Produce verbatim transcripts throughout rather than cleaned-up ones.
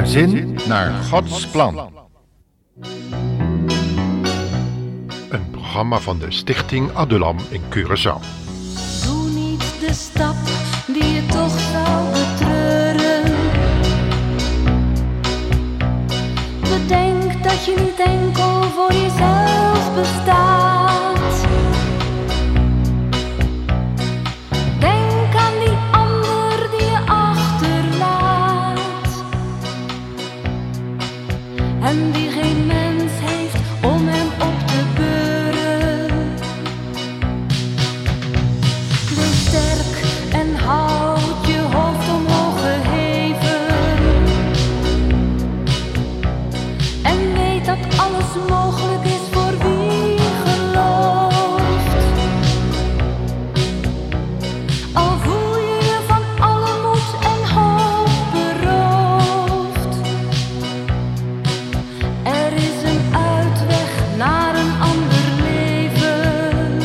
Gezin naar Gods plan. Een programma van de Stichting Adulam in Curaçao. Doe niet de stap die je toch zou betreuren. Bedenk dat je niet enkel voor jezelf bestaat. Denk aan die ander die je achterlaat. En die geen mens heeft om hem op te beuren. Wees sterk en houd je hoofd omhoog geheven. En weet dat alles mogelijk is voor wie gelooft. Al voel je je van alle moed en hoop beroofd. Er is een uitweg naar een ander leven.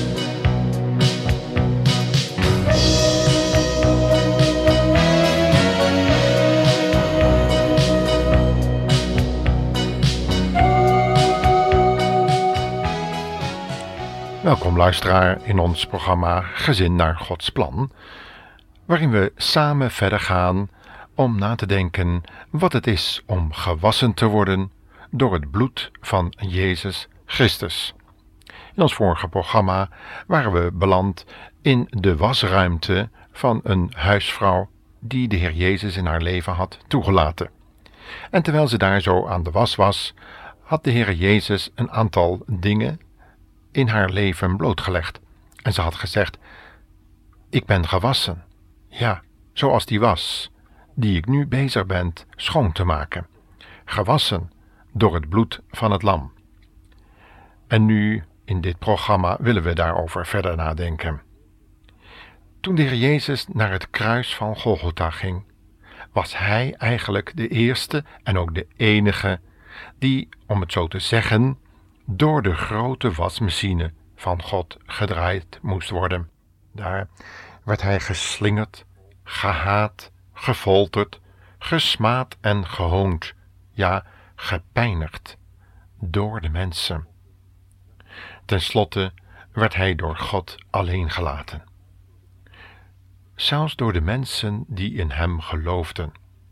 Welkom luisteraar in ons programma Gezin naar Gods plan, waarin we samen verder gaan om na te denken wat het is om gewassen te worden door het bloed van Jezus Christus. In ons vorige programma waren we beland in de wasruimte van een huisvrouw die de Heer Jezus in haar leven had toegelaten. En terwijl ze daar zo aan de was was, had de Heer Jezus een aantal dingen in haar leven blootgelegd. En ze had gezegd: ik ben gewassen. Ja, zoals die was, die ik nu bezig ben schoon te maken. Gewassen door het bloed van het lam. En nu, in dit programma, willen we daarover verder nadenken. Toen de Heer Jezus naar het kruis van Golgotha ging, was hij eigenlijk de eerste en ook de enige die, om het zo te zeggen, door de grote wasmachine van God gedraaid moest worden. Daar werd hij geslingerd, gehaat, gefolterd, gesmaad en gehoond, ja, gepijnigd door de mensen. Ten slotte werd hij door God alleen gelaten. Zelfs door de mensen die in hem geloofden.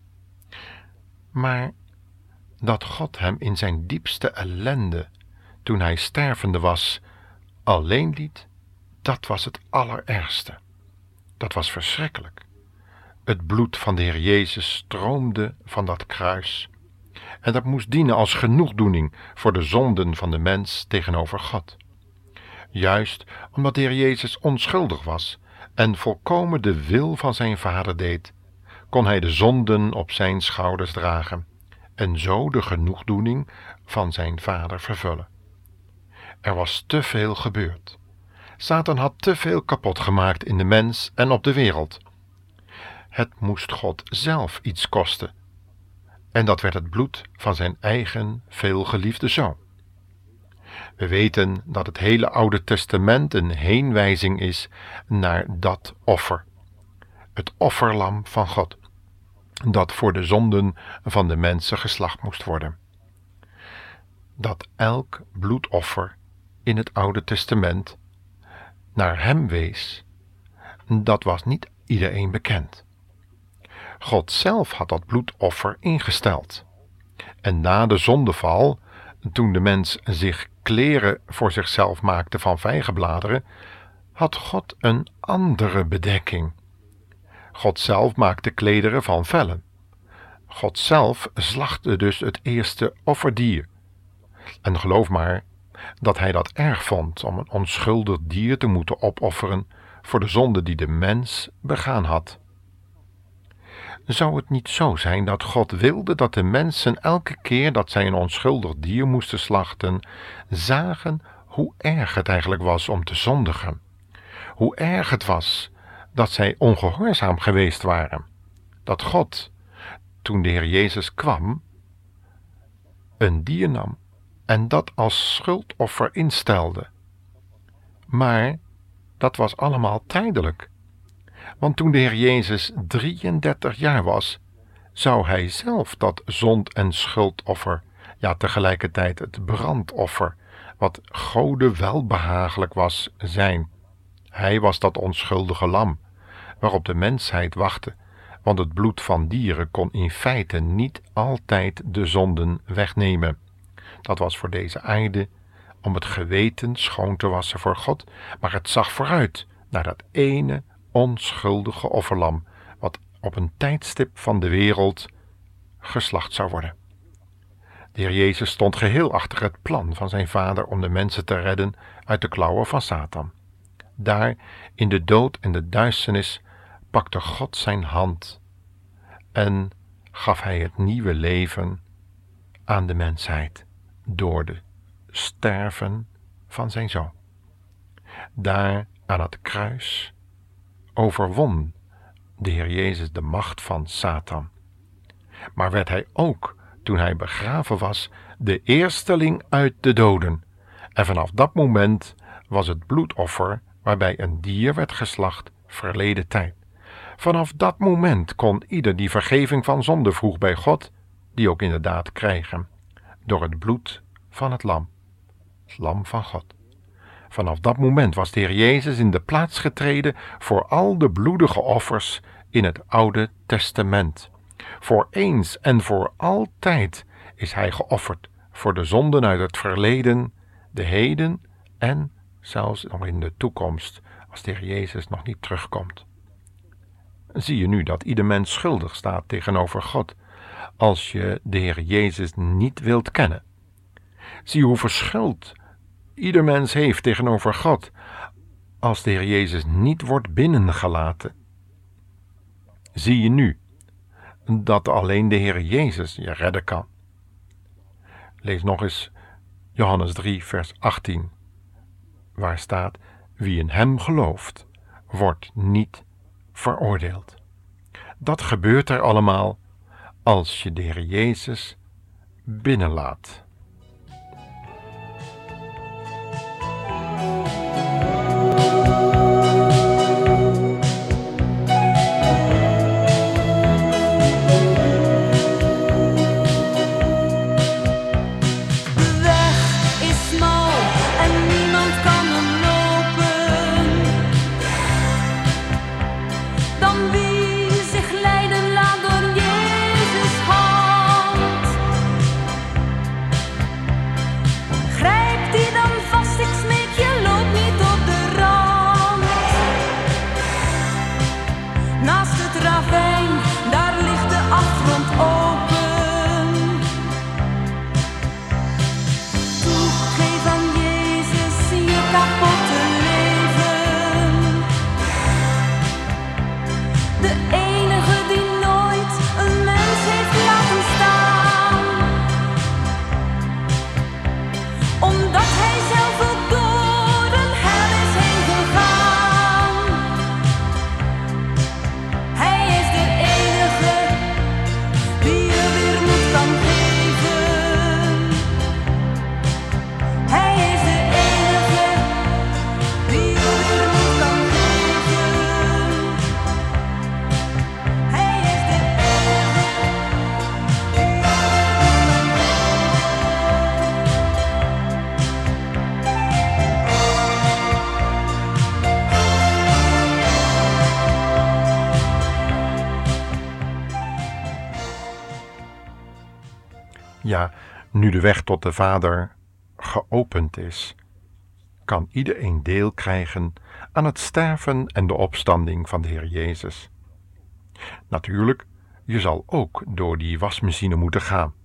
Maar dat God hem in zijn diepste ellende, toen hij stervende was, alleen liet, dat was het allerergste. Dat was verschrikkelijk. Het bloed van de Heer Jezus stroomde van dat kruis. En dat moest dienen als genoegdoening voor de zonden van de mens tegenover God. Juist omdat de Heer Jezus onschuldig was en volkomen de wil van zijn Vader deed, kon hij de zonden op zijn schouders dragen en zo de genoegdoening van zijn Vader vervullen. Er was te veel gebeurd. Satan had te veel kapot gemaakt in de mens en op de wereld. Het moest God zelf iets kosten. En dat werd het bloed van zijn eigen veelgeliefde zoon. We weten dat het hele Oude Testament een heenwijzing is naar dat offer. Het offerlam van God, dat voor de zonden van de mensen geslacht moest worden. Dat elk bloedoffer in het Oude Testament naar hem wees, dat was niet iedereen bekend. God zelf had dat bloedoffer ingesteld. En na de zondeval, toen de mens zich kleren voor zichzelf maakte van vijgenbladeren, had God een andere bedekking. God zelf maakte klederen van vellen. God zelf slachtte dus het eerste offerdier. En geloof maar dat hij dat erg vond om een onschuldig dier te moeten opofferen voor de zonde die de mens begaan had. Zou het niet zo zijn dat God wilde dat de mensen elke keer dat zij een onschuldig dier moesten slachten, zagen hoe erg het eigenlijk was om te zondigen? Hoe erg het was dat zij ongehoorzaam geweest waren? Dat God, toen de Heer Jezus kwam, een dier nam en dat als schuldoffer instelde. Maar dat was allemaal tijdelijk. Want toen de Heer Jezus drieëndertig jaar was, zou hij zelf dat zond- en schuldoffer, ja tegelijkertijd het brandoffer, wat Gode welbehagelijk was, zijn. Hij was dat onschuldige lam, waarop de mensheid wachtte, want het bloed van dieren kon in feite niet altijd de zonden wegnemen. Dat was voor deze aarde om het geweten schoon te wassen voor God, maar het zag vooruit naar dat ene onschuldige offerlam, wat op een tijdstip van de wereld geslacht zou worden. De Heer Jezus stond geheel achter het plan van zijn Vader om de mensen te redden uit de klauwen van Satan. Daar, in de dood en de duisternis, pakte God zijn hand en gaf hij het nieuwe leven aan de mensheid door de sterven van zijn Zoon. Daar aan het kruis overwon de Heer Jezus de macht van Satan. Maar werd hij ook, toen hij begraven was, de eersteling uit de doden. En vanaf dat moment was het bloedoffer, waarbij een dier werd geslacht, verleden tijd. Vanaf dat moment kon ieder die vergeving van zonde vroeg bij God, die ook inderdaad krijgen, door het bloed van het lam, het lam van God. Vanaf dat moment was de Heer Jezus in de plaats getreden voor al de bloedige offers in het Oude Testament. Voor eens en voor altijd is hij geofferd voor de zonden uit het verleden, de heden en zelfs nog in de toekomst, als de Heer Jezus nog niet terugkomt. Zie je nu dat ieder mens schuldig staat tegenover God, als je de Heer Jezus niet wilt kennen. Zie je hoeveel schuld ieder mens heeft tegenover God, als de Heer Jezus niet wordt binnengelaten. Zie je nu dat alleen de Heer Jezus je redden kan. Lees nog eens Johannes drie, vers achttien, waar staat: wie in hem gelooft, wordt niet veroordeeld. Dat gebeurt er allemaal als je de Heer Jezus binnenlaat. Ja, nu de weg tot de Vader geopend is, kan iedereen deel krijgen aan het sterven en de opstanding van de Heer Jezus. Natuurlijk, je zal ook door die wasmachine moeten gaan.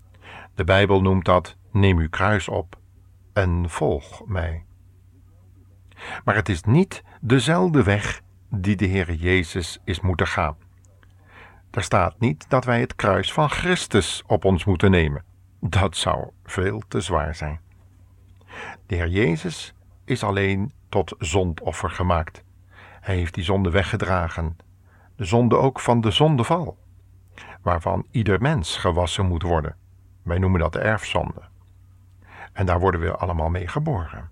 De Bijbel noemt dat: neem uw kruis op en volg mij. Maar het is niet dezelfde weg die de Heer Jezus is moeten gaan. Er staat niet dat wij het kruis van Christus op ons moeten nemen. Dat zou veel te zwaar zijn. De Heer Jezus is alleen tot zondoffer gemaakt. Hij heeft die zonde weggedragen. De zonde ook van de zondeval, waarvan ieder mens gewassen moet worden. Wij noemen dat de erfzonde. En daar worden we allemaal mee geboren.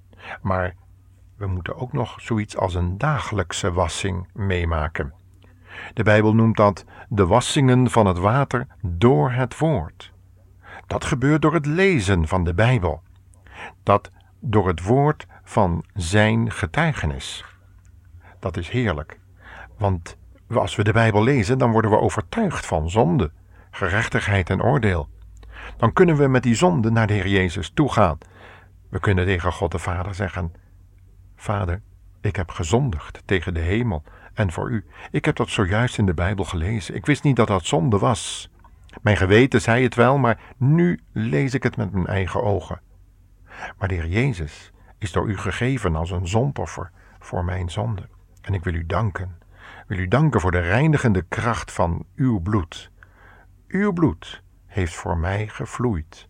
Maar we moeten ook nog zoiets als een dagelijkse wassing meemaken. De Bijbel noemt dat de wassingen van het water door het woord. Dat gebeurt door het lezen van de Bijbel. Dat door het woord van zijn getuigenis. Dat is heerlijk. Want als we de Bijbel lezen, dan worden we overtuigd van zonde, gerechtigheid en oordeel. Dan kunnen we met die zonde naar de Heer Jezus toegaan. We kunnen tegen God de Vader zeggen: Vader, ik heb gezondigd tegen de hemel en voor u. Ik heb dat zojuist in de Bijbel gelezen. Ik wist niet dat dat zonde was. Mijn geweten zei het wel, maar nu lees ik het met mijn eigen ogen. Maar de Heer Jezus is door u gegeven als een zondoffer voor mijn zonde. En ik wil u danken. Ik wil u danken voor de reinigende kracht van uw bloed. Uw bloed heeft voor mij gevloeid.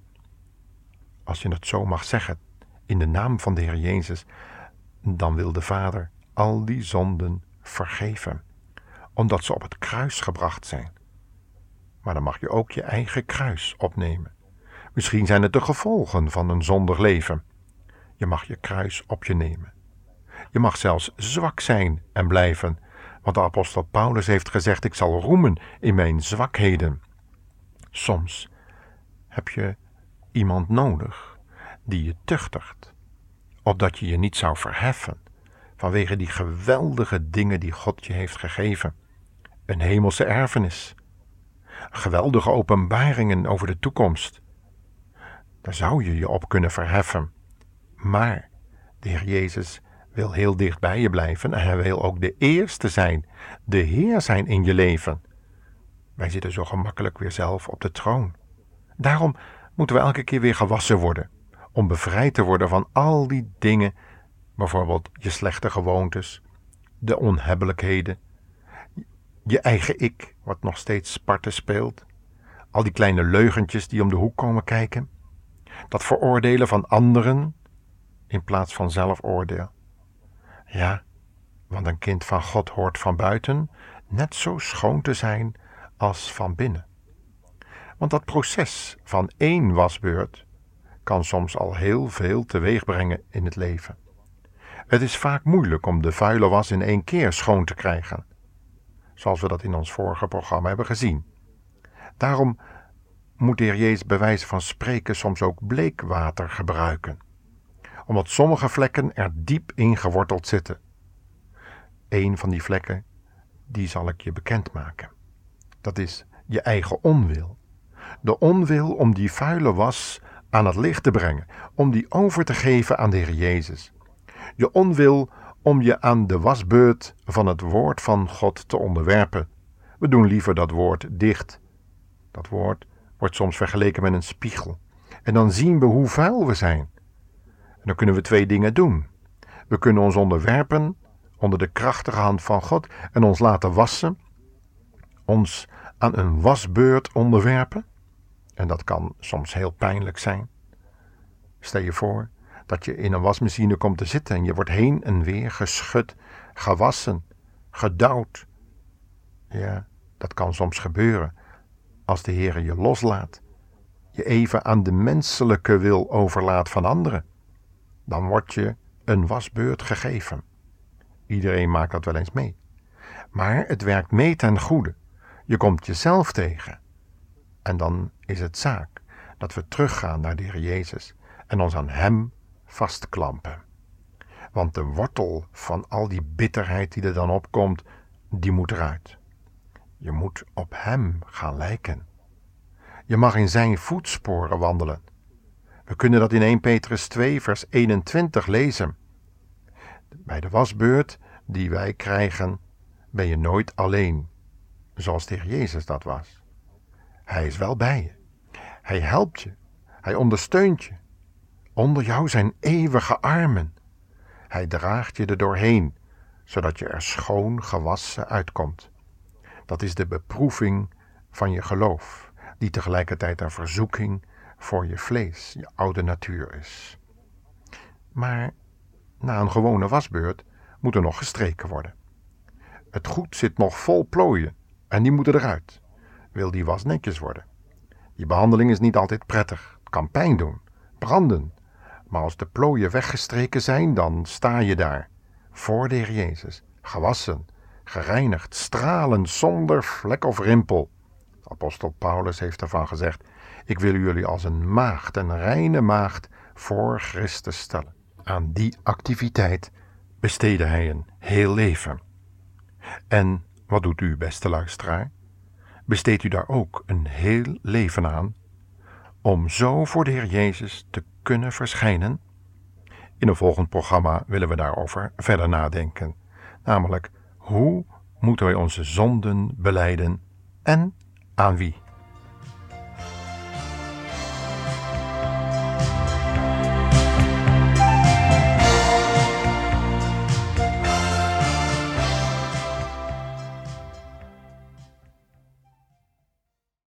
Als je het zo mag zeggen, in de naam van de Heer Jezus, dan wil de Vader al die zonden vergeven, omdat ze op het kruis gebracht zijn. Maar dan mag je ook je eigen kruis opnemen. Misschien zijn het de gevolgen van een zondig leven. Je mag je kruis op je nemen. Je mag zelfs zwak zijn en blijven, want de apostel Paulus heeft gezegd: ik zal roemen in mijn zwakheden. Soms heb je iemand nodig die je tuchtigt, opdat je je niet zou verheffen vanwege die geweldige dingen die God je heeft gegeven. Een hemelse erfenis, geweldige openbaringen over de toekomst. Daar zou je je op kunnen verheffen. Maar de Heer Jezus wil heel dicht bij je blijven en hij wil ook de eerste zijn, de Heer zijn in je leven. Wij zitten zo gemakkelijk weer zelf op de troon. Daarom moeten we elke keer weer gewassen worden, om bevrijd te worden van al die dingen, bijvoorbeeld je slechte gewoontes, de onhebbelijkheden, je eigen ik, wat nog steeds sparten speelt, al die kleine leugentjes die om de hoek komen kijken, dat veroordelen van anderen in plaats van zelfoordeel. Ja, want een kind van God hoort van buiten net zo schoon te zijn als van binnen. Want dat proces van één wasbeurt kan soms al heel veel teweeg brengen in het leven. Het is vaak moeilijk om de vuile was in één keer schoon te krijgen, zoals we dat in ons vorige programma hebben gezien. Daarom moet de Heer Jezus bij wijze van spreken soms ook bleekwater gebruiken, omdat sommige vlekken er diep in geworteld zitten. Eén van die vlekken, die zal ik je bekendmaken. Dat is je eigen onwil. De onwil om die vuile was aan het licht te brengen, om die over te geven aan de Heer Jezus. Je onwil om je aan de wasbeurt van het woord van God te onderwerpen. We doen liever dat woord dicht. Dat woord wordt soms vergeleken met een spiegel. En dan zien we hoe vuil we zijn. En dan kunnen we twee dingen doen. We kunnen ons onderwerpen onder de krachtige hand van God en ons laten wassen, ons aan een wasbeurt onderwerpen. En dat kan soms heel pijnlijk zijn. Stel je voor dat je in een wasmachine komt te zitten en je wordt heen en weer geschud, gewassen, gedouwd. Ja, dat kan soms gebeuren als de Heer je loslaat, je even aan de menselijke wil overlaat van anderen. Dan word je een wasbeurt gegeven. Iedereen maakt dat wel eens mee. Maar het werkt mee ten goede. Je komt jezelf tegen. En dan is het zaak dat we teruggaan naar de Heer Jezus en ons aan Hem vastklampen. Want de wortel van al die bitterheid die er dan opkomt, die moet eruit. Je moet op Hem gaan lijken. Je mag in zijn voetsporen wandelen. We kunnen dat in eerste Petrus twee vers eenentwintig lezen. Bij de wasbeurt die wij krijgen, ben je nooit alleen, zoals de Heer Jezus dat was. Hij is wel bij je. Hij helpt je. Hij ondersteunt je. Onder jou zijn eeuwige armen. Hij draagt je er doorheen, zodat je er schoon gewassen uitkomt. Dat is de beproeving van je geloof, die tegelijkertijd een verzoeking voor je vlees, je oude natuur is. Maar na een gewone wasbeurt moet er nog gestreken worden. Het goed zit nog vol plooien en die moeten eruit. Wil die was netjes worden. Die behandeling is niet altijd prettig. Het kan pijn doen, branden. Maar als de plooien weggestreken zijn, dan sta je daar, voor de Heer Jezus, gewassen, gereinigd, stralend, zonder vlek of rimpel. Apostel Paulus heeft ervan gezegd: ik wil jullie als een maagd, een reine maagd, voor Christus stellen. Aan die activiteit besteedde hij een heel leven. En wat doet u, beste luisteraar? Besteedt u daar ook een heel leven aan, om zo voor de Heer Jezus te kunnen verschijnen? In een volgend programma willen we daarover verder nadenken. Namelijk, hoe moeten wij onze zonden belijden en aan wie?